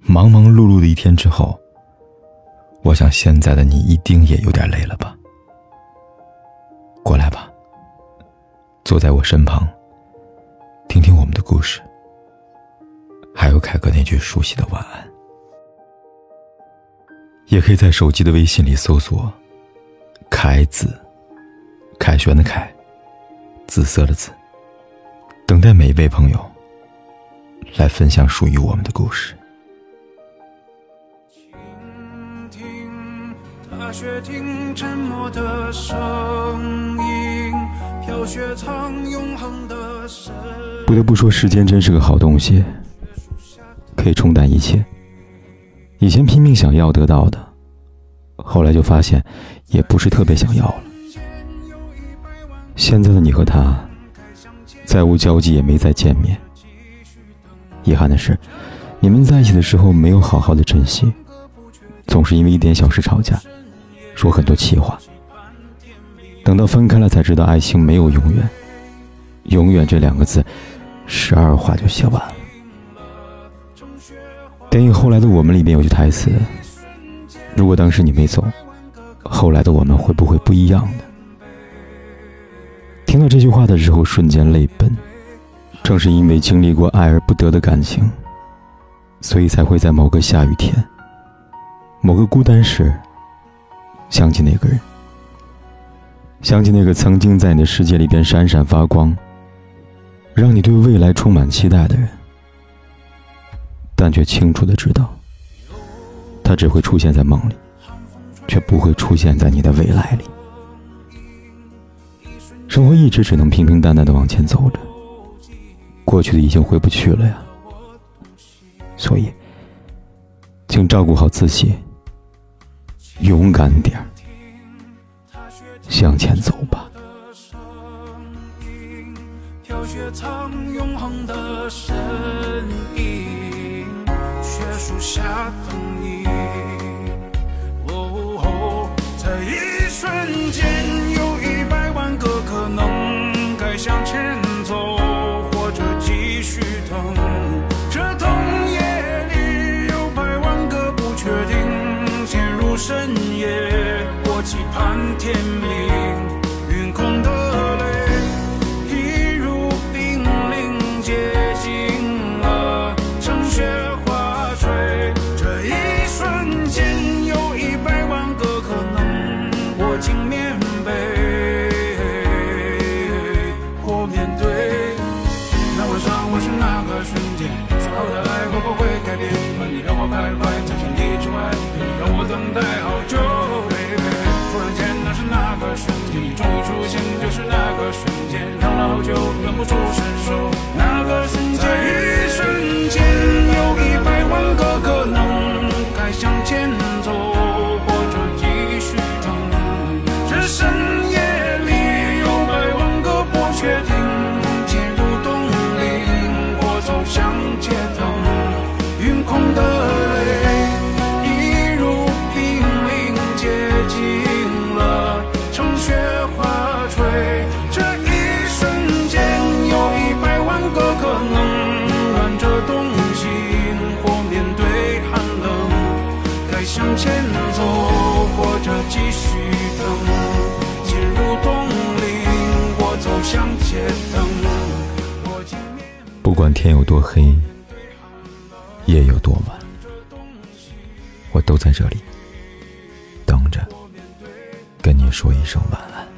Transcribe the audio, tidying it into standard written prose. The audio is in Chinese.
忙忙碌碌的一天之后，我想现在的你一定也有点累了吧。过来吧，坐在我身旁，听听我们的故事，还有凯哥那句熟悉的晚安。也可以在手机的微信里搜索凯子，凯旋的凯，紫色的紫，等待每一位朋友来分享属于我们的故事。 倾听大雪听沉默的声音，飘雪藏永恒的身。 不得不说，时间真是个好东西，可以冲淡一切。以前拼命想要得到的，后来就发现也不是特别想要了。现在的你和他再无交集，也没再见面。遗憾的是，你们在一起的时候没有好好的珍惜，总是因为一点小事吵架，说很多气话。等到分开了才知道，爱情没有永远，永远这两个字12话就写完了。电影《后来的我们》里面有句台词，如果当时你没走，后来的我们会不会不一样呢？听到这句话的时候，瞬间泪奔。正是因为经历过爱而不得的感情，所以才会在某个下雨天，某个孤单时，想起那个人，想起那个曾经在你的世界里边闪闪发光，让你对未来充满期待的人，但却清楚地知道，他只会出现在梦里，却不会出现在你的未来里。生活一直只能平平淡淡地往前走着，过去的已经回不去了呀。所以请照顾好自己，勇敢点儿，向前走吧。 飘雪藏永恒的身影，雪树下等你。在一瞬间，有100万个可能，该向前走，或者继续等。这冬夜里有100万个不确定，陷入深夜，我期盼天明。云空的泪一如冰凌，接近了成雪花坠。这一瞬间有100万个可能，握紧棉被或面对。那晚上我是那个瞬间，说好的爱会不会改变？而你让我徘徊在千里之外，你让我等待好久 baby。 突然间那是那个瞬间，你终于出现，就是那个瞬间，等了好久忍不住伸手。那个瞬间，在一瞬间有100万个可能，该向前走，或者继续等。这深夜里有100万个不确定，渐入冬林，或走向街灯。云空的泪一如冰凌，接近了成雪花坠。这一瞬间有100万个可能，软着动心，或面对寒冷。该向前走，或者继续等。进入冬林，或走向街灯。 不管天有多黑，夜有多晚，我都在这里等着跟你说一声晚安。